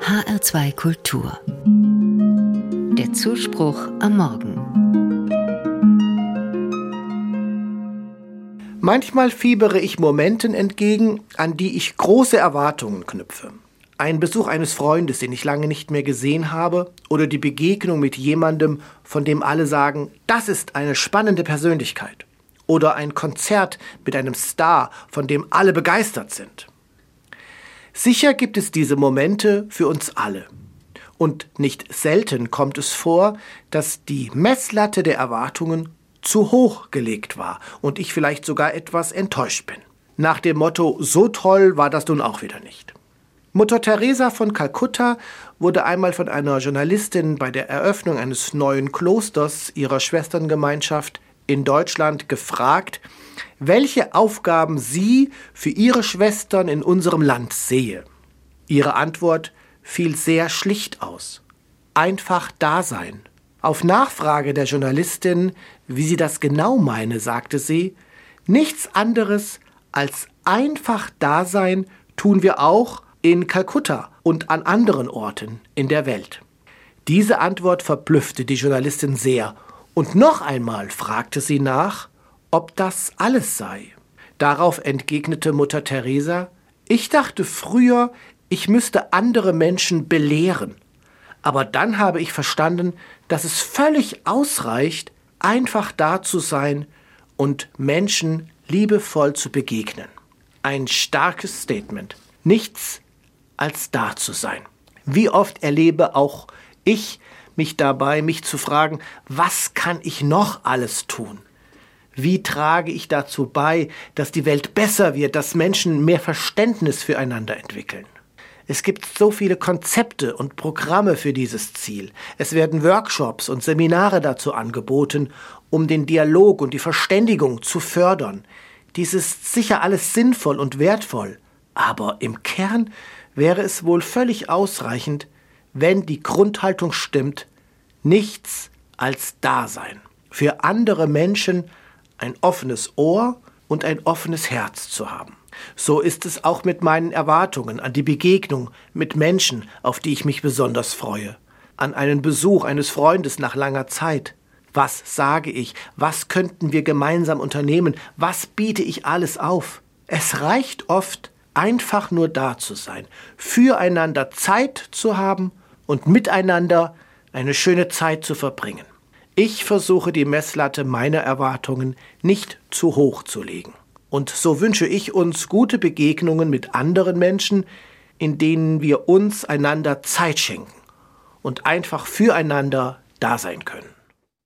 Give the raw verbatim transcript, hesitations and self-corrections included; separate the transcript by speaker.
Speaker 1: H R zwei Kultur. Der Zuspruch am Morgen.
Speaker 2: Manchmal fiebere ich Momenten entgegen, an die ich große Erwartungen knüpfe. Ein Besuch eines Freundes, den ich lange nicht mehr gesehen habe, oder die Begegnung mit jemandem, von dem alle sagen, das ist eine spannende Persönlichkeit. Oder ein Konzert mit einem Star, von dem alle begeistert sind. Sicher gibt es diese Momente für uns alle. Und nicht selten kommt es vor, dass die Messlatte der Erwartungen zu hoch gelegt war und ich vielleicht sogar etwas enttäuscht bin. Nach dem Motto, so toll war das nun auch wieder nicht. Mutter Teresa von Kalkutta wurde einmal von einer Journalistin bei der Eröffnung eines neuen Klosters ihrer Schwesterngemeinschaft in Deutschland gefragt, welche Aufgaben sie für ihre Schwestern in unserem Land sehe. Ihre Antwort fiel sehr schlicht aus. Einfach da sein. Auf Nachfrage der Journalistin, wie sie das genau meine, sagte sie, nichts anderes als einfach da sein tun wir auch in Kalkutta und an anderen Orten in der Welt. Diese Antwort verblüffte die Journalistin sehr und noch einmal fragte sie nach, ob das alles sei. Darauf entgegnete Mutter Teresa, ich dachte früher, ich müsste andere Menschen belehren. Aber dann habe ich verstanden, dass es völlig ausreicht, einfach da zu sein und Menschen liebevoll zu begegnen. Ein starkes Statement. Nichts als da zu sein. Wie oft erlebe auch ich mich dabei, mich zu fragen, was kann ich noch alles tun? Wie trage ich dazu bei, dass die Welt besser wird, dass Menschen mehr Verständnis füreinander entwickeln? Es gibt so viele Konzepte und Programme für dieses Ziel. Es werden Workshops und Seminare dazu angeboten, um den Dialog und die Verständigung zu fördern. Dies ist sicher alles sinnvoll und wertvoll, aber im Kern wäre es wohl völlig ausreichend, wenn die Grundhaltung stimmt, nichts als Dasein. Für andere Menschen ein offenes Ohr und ein offenes Herz zu haben. So ist es auch mit meinen Erwartungen an die Begegnung mit Menschen, auf die ich mich besonders freue. An einen Besuch eines Freundes nach langer Zeit. Was sage ich? Was könnten wir gemeinsam unternehmen? Was biete ich alles auf? Es reicht oft, einfach nur da zu sein, füreinander Zeit zu haben und miteinander eine schöne Zeit zu verbringen. Ich versuche die Messlatte meiner Erwartungen nicht zu hoch zu legen. Und so wünsche ich uns gute Begegnungen mit anderen Menschen, in denen wir uns einander Zeit schenken und einfach füreinander da sein können.